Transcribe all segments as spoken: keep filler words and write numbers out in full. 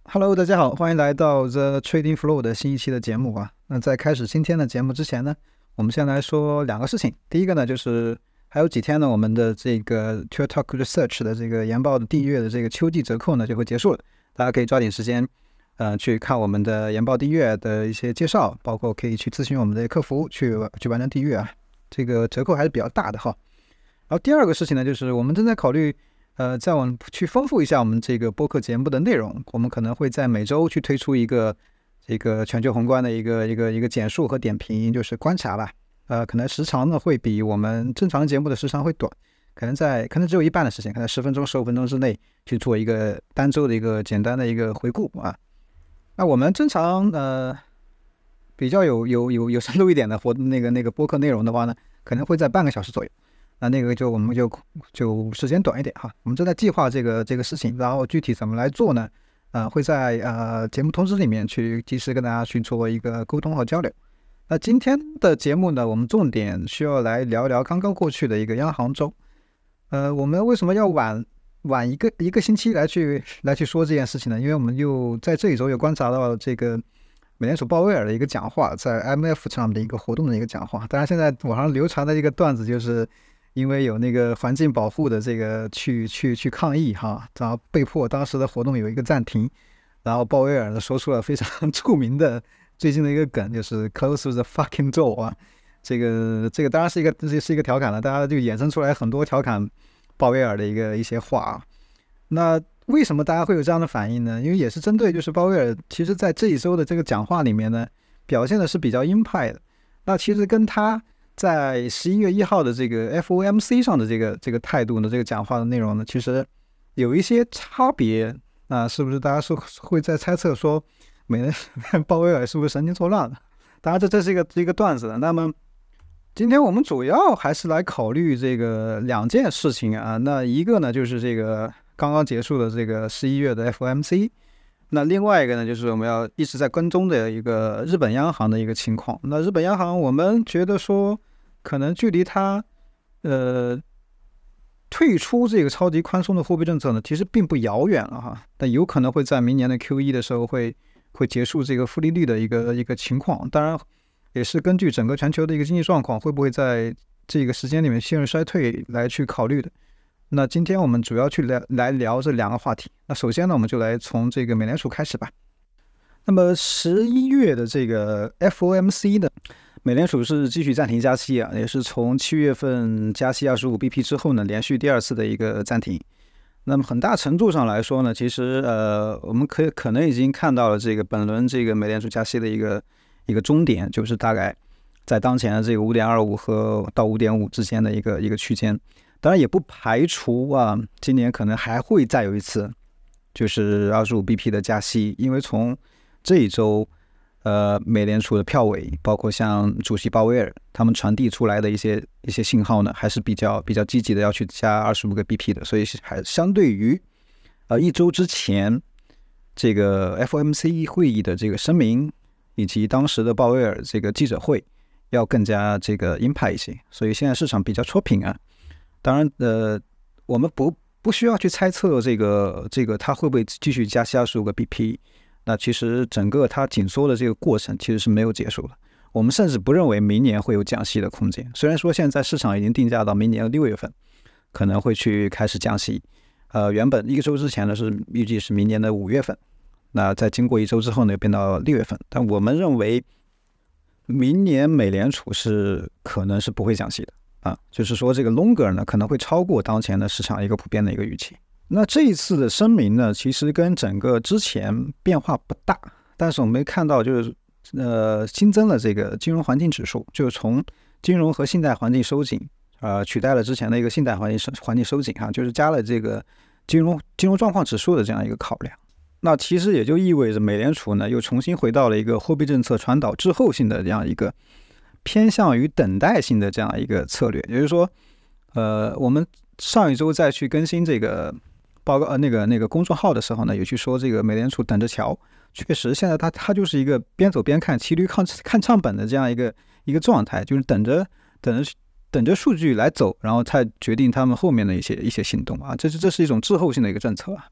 Hello，大家好，欢迎来到 The Trading Flow 的新一期的节目啊。那在开始今天的节目之前呢，我们先来说两个事情。第一个呢，就是还有几天呢，我们的这个 Twitter Talk Research 的这个研报的订阅的这个秋季折扣呢就会结束了，大家可以抓紧时间，呃，去看我们的研报订阅的一些介绍，包括可以去咨询我们的客服去去完成订阅啊。这个折扣还是比较大的哈。然后第二个事情呢，就是我们正在考虑。呃，在我们去丰富一下我们这个播客节目的内容，我们可能会在每周去推出一个这个全球宏观的一个一个一个简述和点评，就是观察吧。呃，可能时长呢会比我们正常节目的时长会短，可能在可能只有一半的时间，可能十分钟、十五分钟之内去做一个单周的一个简单的一个回顾啊。那我们正常呃比较有有有有深度一点的活那个那个播客内容的话呢，可能会在半个小时左右。那那个就我们就就时间短一点哈，我们正在计划这个这个事情，然后具体怎么来做呢？呃，会在呃节目通知里面去及时跟大家去做一个沟通和交流。那今天的节目呢，我们重点需要来聊聊刚刚过去的一个央行周。呃，我们为什么要晚晚一个一个星期来去来去说这件事情呢？因为我们又在这一周又观察到这个美联储鲍威尔的一个讲话，在 I M F 上的一个活动的一个讲话。当然，现在网上流传的一个段子就是。因为有那个环境保护的这个去去去抗议哈，然后被迫当时的活动有一个暂停，然后鲍威尔呢说出了非常著名的最近的一个梗，就是 close the fucking door 啊，这个这个当然是一个这是一个调侃了，大家就衍生出来很多调侃鲍威尔的一个一些话啊。那为什么大家会有这样的反应呢？因为也是针对就是鲍威尔其实在这一周的这个讲话里面呢，表现的是比较鹰派的，那其实跟他在十一月一号的这个 F O M C 上的这个这个态度呢，这个讲话的内容呢，其实有一些差别啊，是不是？大家是会在猜测说，美联鲍威尔是不是神经错乱了？当然这这是一个一个段子的。那么今天我们主要还是来考虑这个两件事情啊。那一个呢，就是这个刚刚结束的这个十一月的 F O M C。那另外一个呢，就是我们要一直在跟踪的一个日本央行的一个情况。那日本央行，我们觉得说。可能距离它，呃，退出这个超级宽松的货币政策呢，其实并不遥远了哈。但有可能会在明年的 Q 一 的时候会会结束这个负利率的一个一个情况。当然，也是根据整个全球的一个经济状况，会不会在这个时间里面陷入衰退来去考虑的。那今天我们主要去来来聊这两个话题。那首先呢，我们就来从这个美联储开始吧。那么十一月的这个 F O M C 呢？美联储是继续暂停加息啊，也是从七月份加息二十五 B P 之后呢，连续第二次的一个暂停。那么很大程度上来说呢，其实呃，我们可以可能已经看到了这个本轮这个美联储加息的一个一个终点，就是大概在当前的这个五点二五和到五点五之间的一个一个区间。当然也不排除啊，今年可能还会再有一次，就是二十五 B P 的加息，因为从这一周。呃，美联储的票委，包括像主席鲍威尔，他们传递出来的一些一些信号呢，还是比较比较积极的，要去加二十五个 B P 的，所以还相对于呃一周之前这个 F O M C 会议的这个声明，以及当时的鲍威尔这个记者会，要更加这个鹰派一些，所以现在市场比较戳平啊。当然，呃，我们不不需要去猜测这个这个他会不会继续加息二十五个 B P。那其实整个它紧缩的这个过程其实是没有结束的，我们甚至不认为明年会有降息的空间。虽然说现在市场已经定价到明年的六月份可能会去开始降息，呃，原本一个周之前呢是预计是明年的五月份，那在经过一周之后呢变到六月份，但我们认为明年美联储是可能是不会降息的啊，就是说这个 longer 呢可能会超过当前的市场一个普遍的一个预期。那这一次的声明呢，其实跟整个之前变化不大，但是我们看到就是呃新增了这个金融环境指数，就是从金融和信贷环境收紧，呃取代了之前的一个信贷环境环境收紧哈，就是加了这个金融金融状况指数的这样一个考量。那其实也就意味着美联储呢又重新回到了一个货币政策传导滞后性的这样一个偏向于等待性的这样一个策略，也就是说，呃，我们上一周再去更新这个。报告呃那个那个公众号的时候呢，有去说这个美联储等着瞧，确实现在它它就是一个边走边看，骑驴看看唱本的这样一个一个状态，就是等着等着等着数据来走，然后才决定他们后面的一些一些行动啊，这是这是一种滞后性的一个政策啊。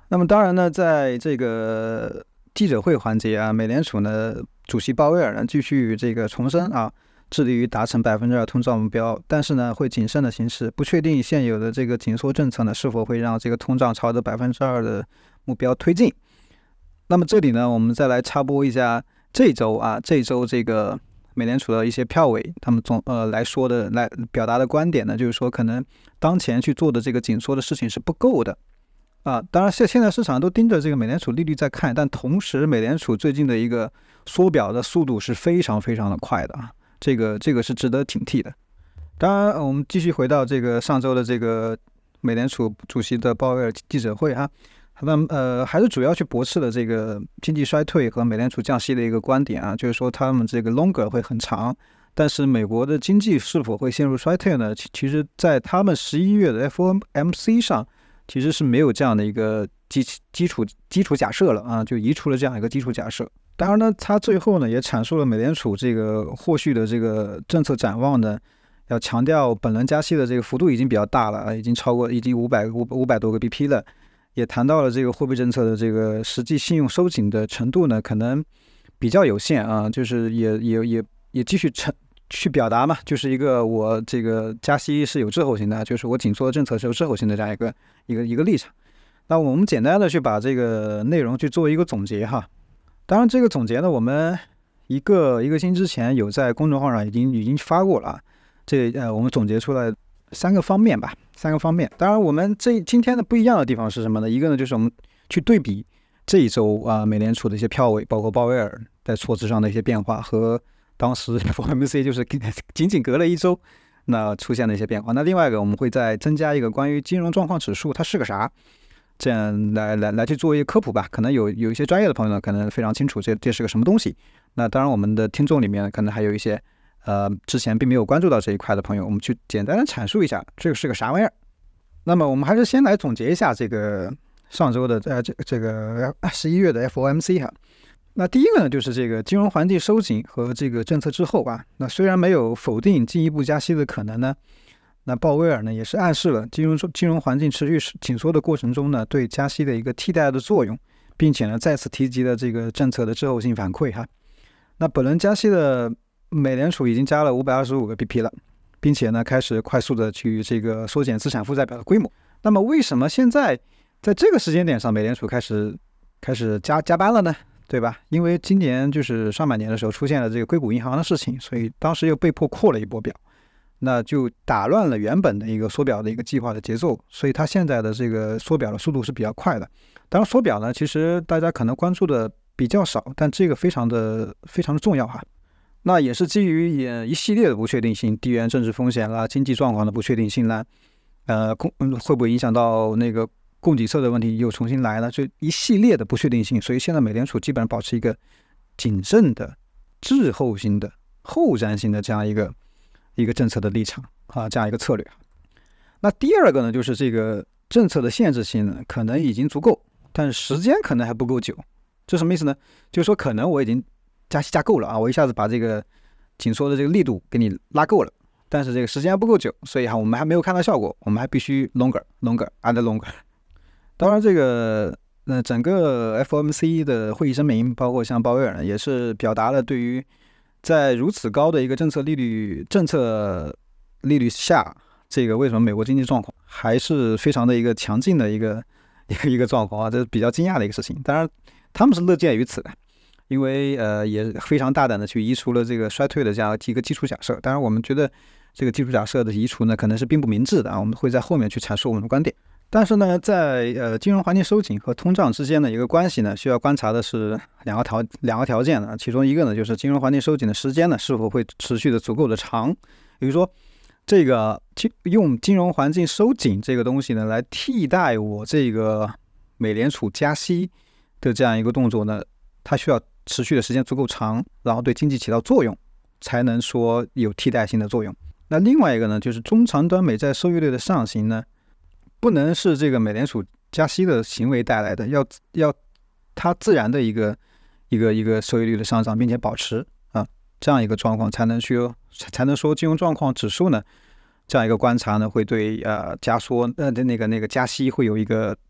那么当然呢，在这个记者会环节啊，美联储呢主席鲍威尔呢继续这个重申啊，致力于达成百分之二通胀目标，但是呢会谨慎的行事，不确定现有的这个紧缩政策呢是否会让这个通胀朝着百分之二的目标推进。那么这里呢，我们再来插播一下这周啊，这周这个美联储的一些票委他们总呃来说的来表达的观点呢，就是说可能当前去做的这个紧缩的事情是不够的。啊，当然现现在市场都盯着这个美联储利率在看，但同时美联储最近的一个缩表的速度是非常非常的快的啊，这个这个是值得警惕的。当然，我们继续回到这个上周的这个美联储主席的鲍威尔记者会啊，他们呃还是主要去驳斥了这个经济衰退和美联储降息的一个观点啊，就是说他们这个 longer 会很长，但是美国的经济是否会陷入衰退呢？其其实在他们十一月的 F O M C 上。其实是没有这样的一个基基础基础假设了啊，就移除了这样一个基础假设。当然呢，他最后呢也阐述了美联储这个后续的这个政策展望呢，要强调本轮加息的这个幅度已经比较大了啊，已经超过已经五百五五百多个 B P 了，也谈到了这个货币政策的这个实际信用收紧的程度呢，可能比较有限啊，就是也也也也继续成。去表达嘛，就是一个我这个加息是有滞后性的，就是我紧缩的政策是有滞后性的这样一个一个一个立场。那我们简单的去把这个内容去做一个总结哈。当然这个总结呢，我们一个一个星期之前有在公众号上已经已经发过了啊。这呃我们总结出来三个方面吧，三个方面。当然我们这今天的不一样的地方是什么呢？一个呢就是我们去对比这一周啊美联储的一些票委，包括鲍威尔在措辞上的一些变化和。当时 F O M C 就是仅仅隔了一周，那出现了一些变化。那另外一个，我们会再增加一个关于金融状况指数，它是个啥？这样来来来去做一个科普吧。可能有有一些专业的朋友呢，可能非常清楚这这是个什么东西。那当然，我们的听众里面可能还有一些呃之前并没有关注到这一块的朋友，我们去简单的阐述一下这个是个啥玩意儿。那么我们还是先来总结一下这个上周的呃这这个十一月的 F O M C 哈。那第一个呢，就是这个金融环境收紧和这个政策之后啊，那虽然没有否定进一步加息的可能呢，那鲍威尔呢也是暗示了金融金融环境持续紧缩的过程中呢，对加息的一个替代的作用，并且呢再次提及了这个政策的滞后性反馈哈。那本轮加息的美联储已经加了五百二十五个 B P 了，并且呢开始快速的去这个缩减资产负债表的规模。那么为什么现在在这个时间点上，美联储开始开始加加班了呢？对吧？因为今年就是上半年的时候出现了这个硅谷银行的事情，所以当时又被迫扩了一波表，那就打乱了原本的一个缩表的一个计划的节奏，所以它现在的这个缩表的速度是比较快的。当然，缩表呢，其实大家可能关注的比较少，但这个非常的非常的重要哈。那也是基于一系列的不确定性，地缘政治风险啦、经济状况的不确定性啦，呃，会不会影响到那个供给侧的问题又重新来了，这一系列的不确定性，所以现在美联储基本上保持一个谨慎的、滞后性的、后瞻性的这样一个一个政策的立场啊，这样一个策略。那第二个呢，就是这个政策的限制性呢，可能已经足够，但是时间可能还不够久。这什么意思呢？就是说可能我已经加息加够了啊，我一下子把这个紧缩的这个力度给你拉够了，但是这个时间还不够久，所以哈，我们还没有看到效果，我们还必须 longer longer and longer。当然，这个呃，整个 F O M C 的会议声明，包括像鲍威尔呢，也是表达了对于在如此高的一个政策利率政策利率下，这个为什么美国经济状况还是非常的一个强劲的一个一个一个状况啊，这是比较惊讶的一个事情。当然，他们是乐见于此的，因为呃也非常大胆的去移除了这个衰退的这样一个基础假设。当然，我们觉得这个基础假设的移除呢，可能是并不明智的啊，我们会在后面去阐述我们的观点。但是呢，在呃金融环境收紧和通胀之间的一个关系呢，需要观察的是两个条两个条件呢。其中一个呢，就是金融环境收紧的时间呢是否会持续的足够的长。比如说，这个用金融环境收紧这个东西呢，来替代我这个美联储加息的这样一个动作呢，它需要持续的时间足够长，然后对经济起到作用，才能说有替代性的作用。那另外一个呢，就是中长端美债收益率的上行呢，不能是这个美联储加息的行为带来的，要要它自然的一个一个一个收益率的上涨，并且保持啊这样一个状况，才能去才能说金融状况指数呢这样一个观察呢，会对呃加缩呃的那个那个加息会有一个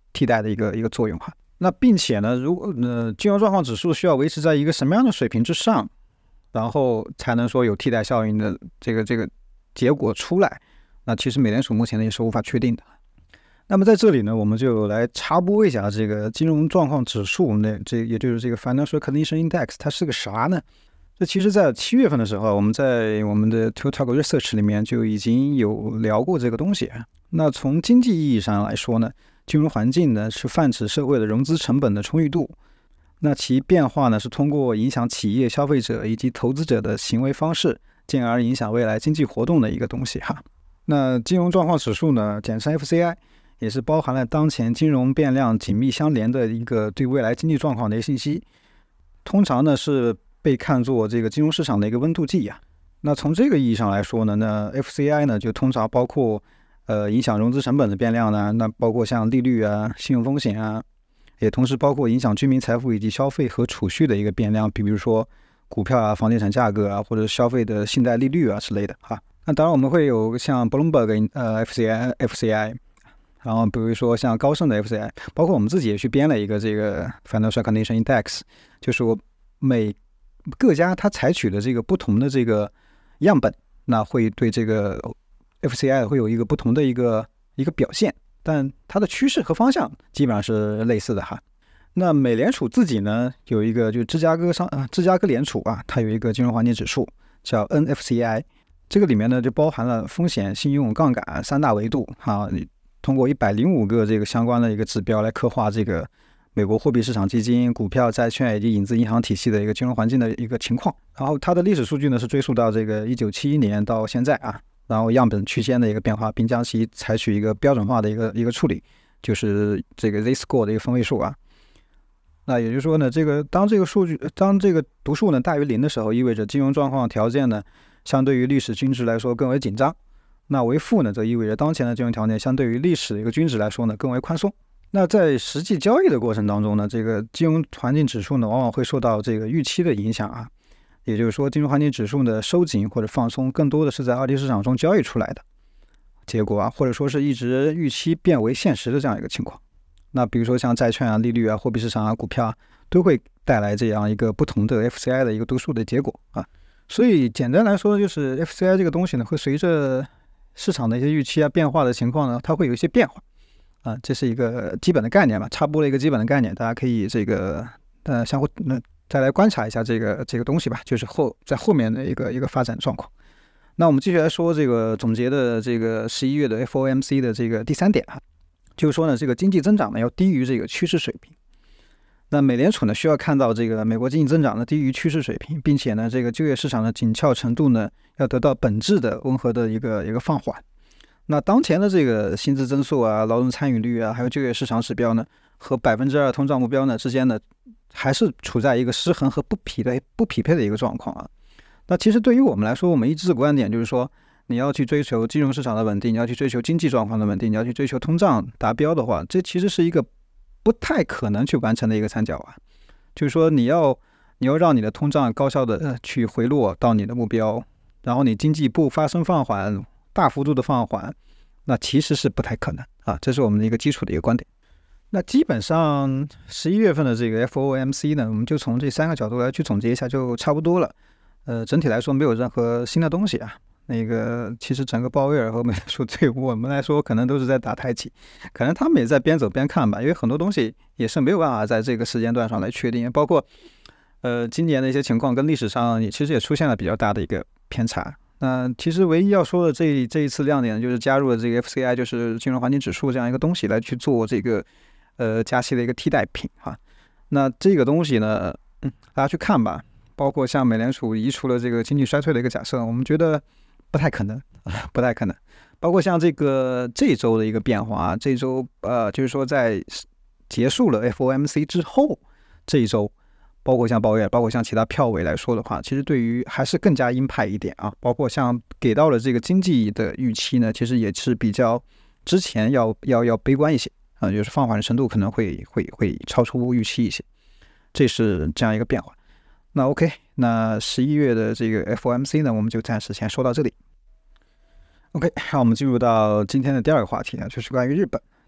替代的一个一个作用哈。那并且呢，如果呃金融状况指数需要维持在一个什么样的水平之上，然后才能说有替代效应的这个这个结果出来，那其实美联储目前呢也是无法确定的。那么在这里呢，我们就来插播一下这个金融状况指数，那这也就是这个 Financial Condition Index， 它是个啥呢？这其实在七月份的时候，我们在我们的 Two Talk Research 里面就已经有聊过这个东西。那从经济意义上来说呢，金融环境呢是泛指社会的融资成本的充裕度，那其变化呢是通过影响企业、消费者以及投资者的行为方式，进而影响未来经济活动的一个东西哈。那金融状况指数呢，简称 F C I， 也是包含了当前金融变量紧密相连的一个对未来经济状况的一个信息，通常呢是被看作这个金融市场的一个温度计呀。那从这个意义上来说呢，那 F C I 呢就通常包括呃影响融资成本的变量呢，那包括像利率啊、信用风险啊，也同时包括影响居民财富以及消费和储蓄的一个变量，比如说股票啊、房地产价格啊，或者消费的信贷利率啊之类的哈。那当然我们会有像 Bloomberg 呃 F C I F C I， 然后比如说像高盛的 F C I， 包括我们自己也去编了一个这个 Financial Condition Index， 就是我每各家它采取的这个不同的这个样本，那会对这个 F C I 会有一个不同的一个一个表现，但它的趋势和方向基本上是类似的哈。那美联储自己呢有一个，就芝加哥商啊芝加哥联储啊，它有一个金融环境指数叫 N F C I， 这个里面呢就包含了风险、信用、杠杆三大维度哈，通过一百零五个这个相关的一个指标来刻画这个美国货币市场基金、股票、债券以及影子银行体系的一个金融环境的一个情况。然后它的历史数据呢是追溯到这个一九七一年到现在啊，然后样本区间的一个变化，并将其采取一个标准化的一个一个处理，就是这个 Z-score 的一个分位数啊。那也就是说呢，这个当这个数据当这个读数呢大于零的时候，意味着金融状况条件呢相对于历史均值来说更为紧张。那为负呢，则意味着当前的金融条件相对于历史的一个均值来说呢更为宽松。那在实际交易的过程当中呢，这个金融环境指数呢往往会受到这个预期的影响啊，也就是说金融环境指数的收紧或者放松更多的是在二级市场中交易出来的结果啊，或者说是一直预期变为现实的这样一个情况。那比如说像债券啊、利率啊、货币市场啊、股票啊，都会带来这样一个不同的 F C I 的一个读数的结果啊。所以简单来说，就是 F C I 这个东西呢，会随着市场的一些预期啊变化的情况呢，它会有一些变化啊，这是一个基本的概念吧，插播了一个基本的概念，大家可以这个呃相互呃再来观察一下这个这个东西吧，就是后在后面的一个一个发展状况。那我们继续来说这个总结的这个十一月的 F O M C 的这个第三点啊，就是说呢，这个经济增长呢要低于这个趋势水平。那美联储呢需要看到这个美国经济增长呢低于趋势水平，并且呢这个就业市场的紧俏程度呢要得到本质的温和的一个一个放缓。那当前的这个薪资增速啊、劳动参与率啊，还有就业市场指标呢，和百分之二通胀目标呢之间呢，还是处在一个失衡和不匹配不匹配的一个状况啊。那其实对于我们来说，我们一致的观点就是说，你要去追求金融市场的稳定，你要去追求经济状况的稳定，你要去追求通胀达标的话，这其实是一个不太可能去完成的一个三角啊。就是说，你要你要让你的通胀高效的、呃、去回落到你的目标，然后你经济不发生放缓。大幅度的放缓，那其实是不太可能啊，这是我们的一个基础的一个观点。那基本上十一月份的这个 F O M C 呢，我们就从这三个角度来去总结一下，就差不多了。呃，整体来说没有任何新的东西啊。那个其实整个鲍威尔和美联储对我们来说，可能都是在打太极，可能他们也在边走边看吧，因为很多东西也是没有办法在这个时间段上来确定，包括呃今年的一些情况跟历史上也其实也出现了比较大的一个偏差。那其实唯一要说的这这一次亮点就是加入了这个 F C I， 就是金融环境指数这样一个东西来去做这个呃加息的一个替代品哈。那这个东西呢，嗯，大家去看吧。包括像美联储移除了这个经济衰退的一个假设，我们觉得不太可能，不太可能。包括像这个这周的一个变化，这周呃就是说在结束了 F O M C 之后，这一周。包括像鲍威尔，包括像其他票委来说的话，其实对于还是更加鹰派一点啊。包括像给到了这个经济的预期呢，其实也是比较之前要要要悲观一些啊，就是放缓的程度可能会会会超出预期一些，这是这样一个变化。那 OK， 那十一月的这个 F O M C 呢，我们就暂时先说到这里。OK， 那我们进入到今天的第二个话题呢，就是关于日本。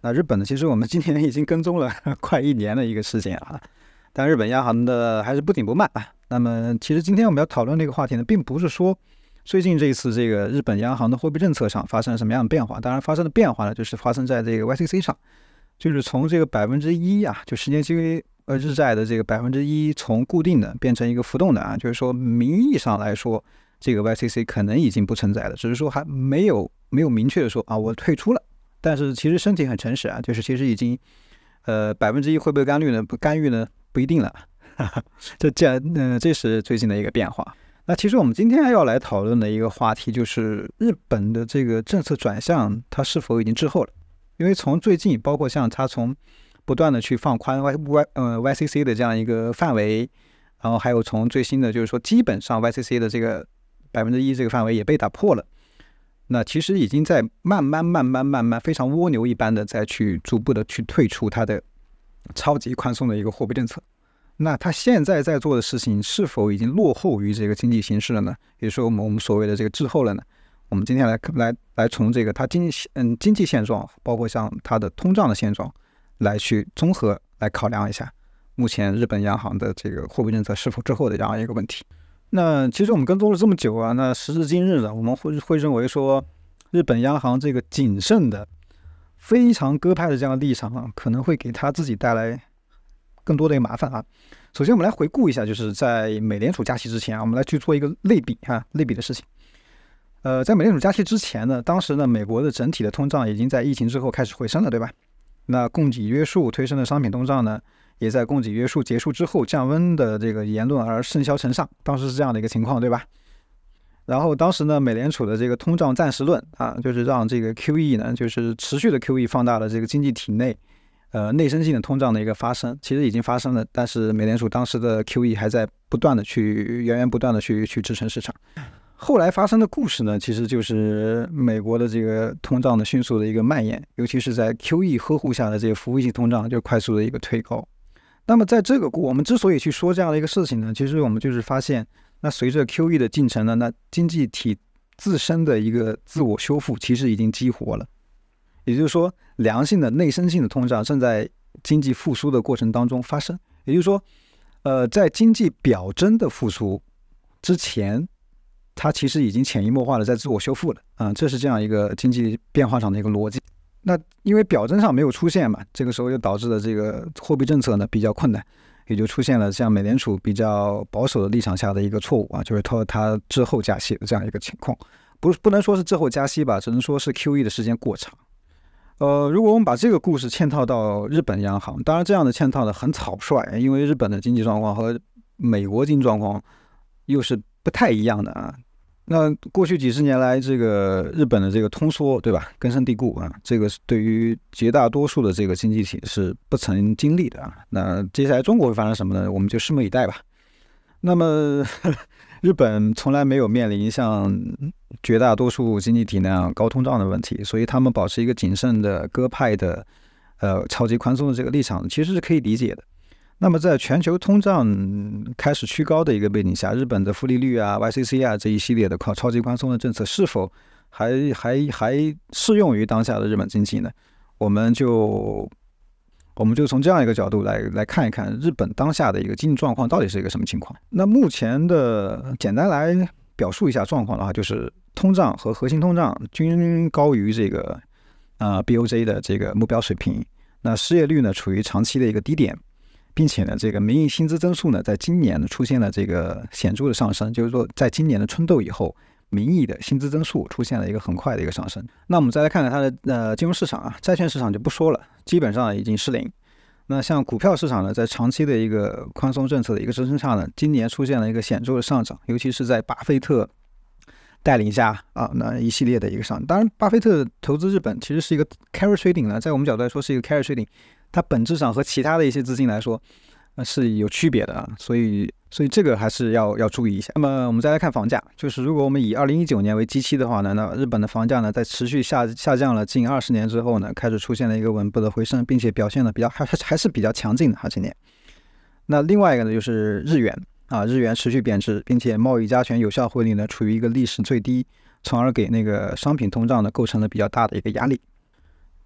那日本呢，其实我们今年已经跟踪了快一年的一个事件啊，但日本央行的还是不紧不慢啊。那么其实今天我们要讨论这个话题呢，并不是说最近这一次这个日本央行的货币政策上发生了什么样的变化，当然发生的变化呢，就是发生在这个 Y C C 上，就是从这个百分之一啊，就十年期呃日债的这个百分之一从固定的变成一个浮动的啊，就是说名义上来说，这个 Y C C 可能已经不存在了，只是说还没有没有明确的说啊我退出了，但是其实身体很诚实啊，就是其实已经呃百分之一会不会干预呢？不干预呢不一定了，哈哈，这这呃这是最近的一个变化。那其实我们今天要来讨论的一个话题就是日本的这个政策转向，它是否已经滞后了？因为从最近，包括像它从不断的去放宽 Y Y 呃 Y C C 的这样一个范围，然后还有从最新的就是说，基本上 Y C C 的这个百分之一这个范围也被打破了。那其实已经在慢慢慢慢慢慢非常蜗牛一般的再去逐步的去退出它的超级宽松的一个货币政策。那他现在在做的事情是否已经落后于这个经济形势了呢？也就是说我们我们所谓的这个滞后了呢？我们今天来来来从这个它经济嗯经济现状，包括像它的通胀的现状，来去综合来考量一下目前日本央行的这个货币政策是否滞后的这样一个问题。那其实我们跟踪了这么久啊，那时至今日呢，我们会会认为说，日本央行这个谨慎的、非常鸽派的这样的立场啊，可能会给他自己带来更多的一个麻烦啊。首先，我们来回顾一下，就是在美联储加息之前啊，我们来去做一个类比啊，类比的事情。呃，在美联储加息之前呢，当时呢，美国的整体的通胀已经在疫情之后开始回升了，对吧？那供给约束推升的商品通胀呢，也在供给约束结束之后降温的这个言论而甚嚣尘上，当时是这样的一个情况，对吧？然后当时呢，美联储的这个通胀暂时论啊，就是让这个 Q E 呢，就是持续的 Q E 放大了这个经济体内呃内生性的通胀的一个发生，其实已经发生了，但是美联储当时的 Q E 还在不断的去源源不断的去去支撑市场。后来发生的故事呢，其实就是美国的这个通胀的迅速的一个蔓延，尤其是在 Q E 呵护下的这个服务性通胀就快速的一个推高。那么在这个我们之所以去说这样的一个事情呢，其实我们就是发现，那随着 Q E 的进程呢，那经济体自身的一个自我修复其实已经激活了，也就是说，良性的内生性的通胀正在经济复苏的过程当中发生。也就是说，呃，在经济表征的复苏之前，它其实已经潜移默化的在自我修复了啊、呃，这是这样一个经济变化上的一个逻辑。那因为表征上没有出现嘛，这个时候就导致了这个货币政策呢比较困难，也就出现了像美联储比较保守的立场下的一个错误啊，就是它它滞后加息的这样一个情况。不不能说是滞后加息吧，只能说是 Q E 的时间过长。呃，如果我们把这个故事嵌套到日本央行，当然这样的嵌套的很草率，因为日本的经济状况和美国经济状况又是不太一样的啊。那过去几十年来，这个日本的这个通缩，对吧，根深蒂固啊，这个对于绝大多数的这个经济体是不曾经历的啊。那接下来中国会发生什么呢？我们就拭目以待吧。那么日本从来没有面临像绝大多数经济体那样高通胀的问题，所以他们保持一个谨慎的鸽派的呃超级宽松的这个立场，其实是可以理解的。那么在全球通胀开始趋高的一个背景下，日本的负利率啊、Y C C 啊这一系列的靠超级宽松的政策是否还还还适用于当下的日本经济呢？我们就我们就从这样一个角度来来看一看日本当下的一个经济状况到底是一个什么情况。那目前的简单来表述一下状况的话，就是通胀和核心通胀均高于这个呃 B O J 的这个目标水平。那失业率呢处于长期的一个低点。并且呢，这个名义薪资增速呢，在今年呢出现了这个显著的上升，就是说，在今年的春斗以后，名义的薪资增速出现了一个很快的一个上升。那我们再来看看它的呃金融市场啊，债券市场就不说了，基本上已经失灵。那像股票市场呢，在长期的一个宽松政策的一个支撑下呢，今年出现了一个显著的上涨，尤其是在巴菲特带领下啊，那一系列的一个上涨。当然，巴菲特投资日本其实是一个 carry trading 呢，在我们角度来说是一个 carry trading。它本质上和其他的一些资金来说，呃、是有区别的啊，所以所以这个还是要要注意一下。那么我们再来看房价，就是如果我们以二零一九年为基期的话呢，那日本的房价呢在持续下下降了近二十年之后呢，开始出现了一个稳步的回升，并且表现的比较还还是比较强劲的哈今年。那另外一个呢就是日元啊，日元持续贬值，并且贸易加权有效汇率呢处于一个历史最低，从而给那个商品通胀呢构成了比较大的一个压力。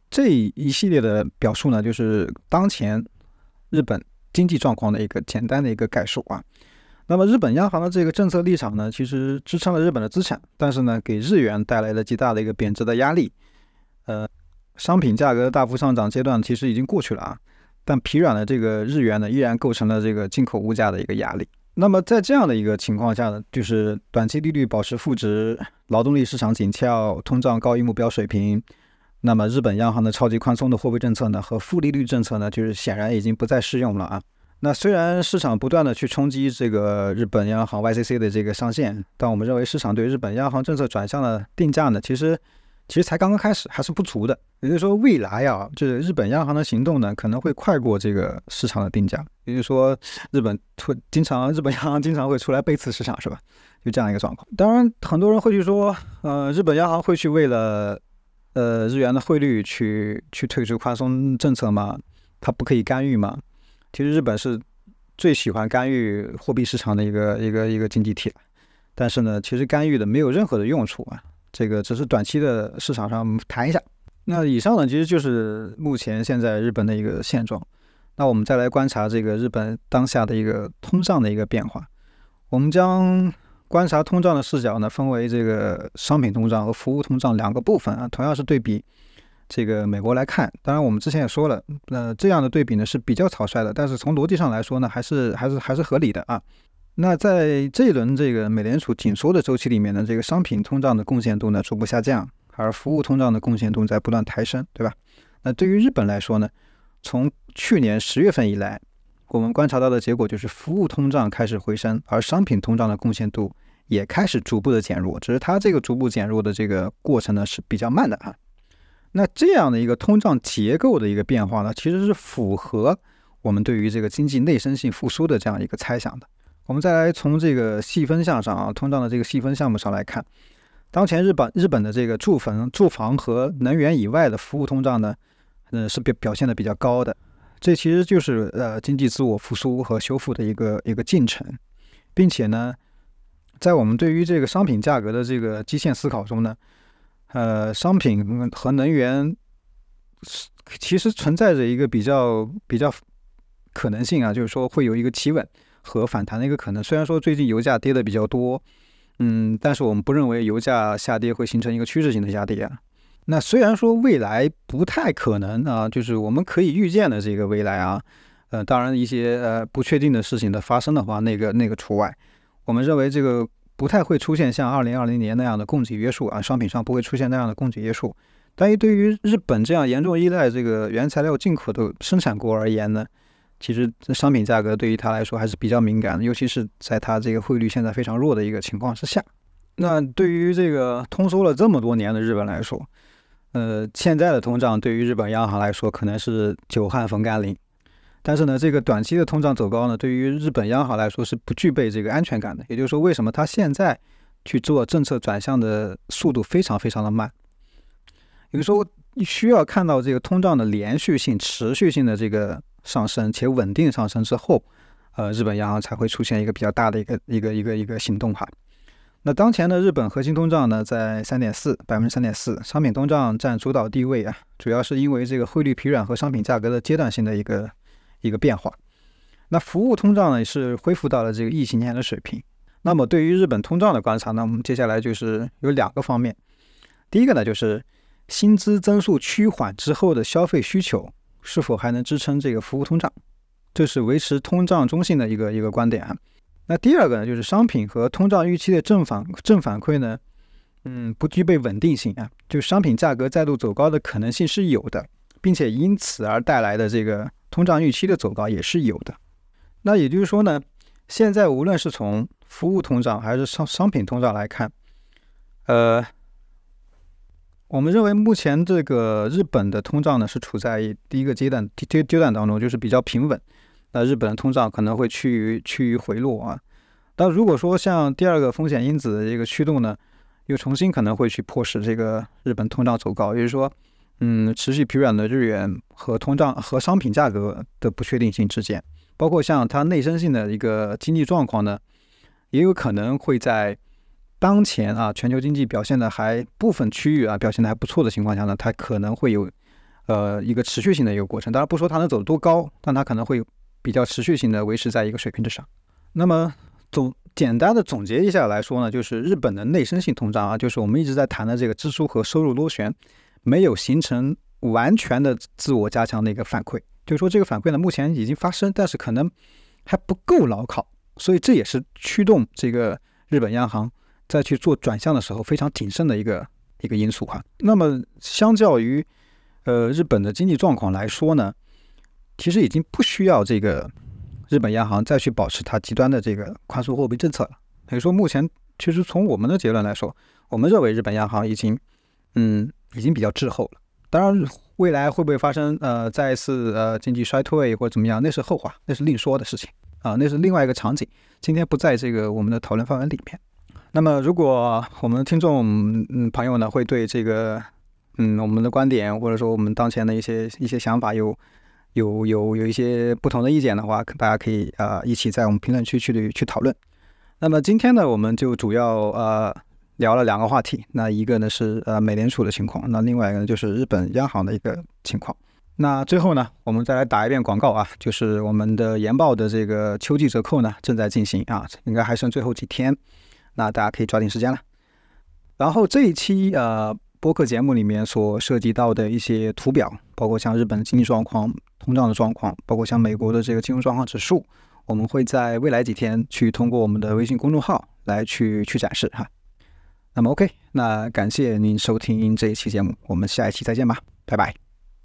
这一系列的表述呢，就是当前日本经济状况的一个简单的一个概述啊。那么日本央行的这个政策立场呢，其实支撑了日本的资产，但是呢，给日元带来了极大的一个贬值的压力。呃，商品价格的大幅上涨阶段其实已经过去了啊，但疲软的这个日元呢，依然构成了这个进口物价的一个压力。那么在这样的一个情况下呢，就是短期利率保持负值，劳动力市场紧俏，通胀高于目标水平。那么日本央行的超级宽松的货币政策呢，和负利率政策呢，就是显然已经不再适用了啊。那虽然市场不断的去冲击这个日本央行 Y C C 的这个上限，但我们认为市场对日本央行政策转向的定价呢，其实其实才刚刚开始，还是不足的。也就是说，未来啊，这日本央行的行动呢，可能会快过这个市场的定价。也就是说，日本会经常，日本央行经常会出来背刺市场，是吧？就这样一个状况。当然，很多人会去说，呃，日本央行会去为了呃日元的汇率去去退出宽松政策吗？它不可以干预吗？其实日本是最喜欢干预货币市场的一个一个一个经济体了，但是呢，其实干预的没有任何的用处啊。这个只是短期的市场上谈一下。那以上呢，其实就是目前现在日本的一个现状。那我们再来观察这个日本当下的一个通胀的一个变化。我们将观察通胀的视角呢，分为这个商品通胀和服务通胀两个部分啊，同样是对比这个美国来看。当然，我们之前也说了，呃，这样的对比呢是比较草率的，但是从逻辑上来说呢，还是还是还是合理的啊。那在这一轮这个美联储紧缩的周期里面呢，这个商品通胀的贡献度呢逐步下降，而服务通胀的贡献度在不断抬升，对吧？那对于日本来说呢，从去年十月份以来，我们观察到的结果就是服务通胀开始回升，而商品通胀的贡献度也开始逐步的减弱，只是它这个逐步减弱的这个过程呢是比较慢的啊。那这样的一个通胀结构的一个变化呢，其实是符合我们对于这个经济内生性复苏的这样一个猜想的。我们再来从这个细分项上啊，通胀的这个细分项目上来看，当前日本日本的这个住房、住房和能源以外的服务通胀呢，呃，是表表现的比较高的。这其实就是呃经济自我复苏和修复的一个一个进程，并且呢，在我们对于这个商品价格的这个基线思考中呢，呃，商品和能源其实存在着一个比较比较可能性啊，就是说会有一个企稳和反弹的一个可能。虽然说最近油价跌的比较多，嗯，但是我们不认为油价下跌会形成一个趋势性的下跌啊。那虽然说未来不太可能啊，就是我们可以预见的这个未来啊，呃，当然一些呃不确定的事情的发生的话，那个那个除外。我们认为这个不太会出现像二零二零年那样的供给约束啊，商品上不会出现那样的供给约束。但是对于日本这样严重依赖这个原材料进口的生产国而言呢，其实商品价格对于它来说还是比较敏感的，尤其是在它这个汇率现在非常弱的一个情况之下。那对于这个通缩了这么多年的日本来说，呃，现在的通胀对于日本央行来说可能是久旱逢甘霖，但是呢，这个短期的通胀走高呢，对于日本央行来说是不具备这个安全感的。也就是说，为什么它现在去做政策转向的速度非常非常的慢？也就是说，需要看到这个通胀的连续性、持续性的这个上升且稳定上升之后，呃，日本央行才会出现一个比较大的一个一个一个一个行动哈。那当前的日本核心通胀呢，在三点四百分之三点四，商品通胀占主导地位啊，主要是因为这个汇率疲软和商品价格的阶段性的一个一个变化。那服务通胀呢，是恢复到了这个疫情前的水平。那么对于日本通胀的观察呢，我们接下来就是有两个方面。第一个呢，就是薪资增速趋缓之后的消费需求是否还能支撑这个服务通胀，这是维持通胀中性的一个一个观点啊。那第二个呢，就是商品和通胀预期的正反正反馈呢，嗯，不具备稳定性啊，就商品价格再度走高的可能性是有的，并且因此而带来的这个通胀预期的走高也是有的。那也就是说呢，现在无论是从服务通胀还是商商品通胀来看，呃，我们认为目前这个日本的通胀呢是处在第一个阶段阶阶段当中，就是比较平稳。那日本的通胀可能会趋于趋于回落啊。但如果说像第二个风险因子的这个驱动呢，又重新可能会去迫使这个日本通胀走高，也就是说，嗯，持续疲软的日元和通胀和商品价格的不确定性之间，包括像它内生性的一个经济状况呢，也有可能会在当前啊全球经济表现的还部分区域啊表现的还不错的情况下呢，它可能会有呃一个持续性的一个过程。当然不说它能走多高，但它可能会比较持续性的维持在一个水平之上。那么总简单的总结一下来说呢，就是日本的内生性通胀啊，就是我们一直在谈的这个支出和收入螺旋没有形成完全的自我加强的一个反馈，就是说这个反馈呢目前已经发生，但是可能还不够牢靠，所以这也是驱动这个日本央行再去做转向的时候非常谨慎的一个一个因素哈。那么相较于呃日本的经济状况来说呢，其实已经不需要这个日本央行再去保持它极端的这个宽松货币政策了。所以说目前其实从我们的结论来说，我们认为日本央行已经嗯已经比较滞后了。当然未来会不会发生呃再一次呃经济衰退或者怎么样，那是后话，那是另说的事情啊，那是另外一个场景，今天不在这个我们的讨论范围里面。那么如果我们的听众嗯朋友呢会对这个嗯我们的观点或者说我们当前的一些一些想法有有有有一些不同的意见的话，大家可以呃一起在我们评论区去去讨论。那么今天呢我们就主要呃聊了两个话题，那一个呢是呃美联储的情况，那另外一个呢就是日本央行的一个情况。那最后呢我们再来打一遍广告啊，就是我们的研报的这个秋季折扣呢正在进行啊，应该还剩最后几天，那大家可以抓紧时间了。然后这一期呃播客节目里面所涉及到的一些图表，包括像日本的经济状况、通胀的状况，包括像美国的这个金融状况指数，我们会在未来几天去通过我们的微信公众号来去去展示哈。那么 OK， 那感谢您收听这一期节目，我们下一期再见吧，拜拜。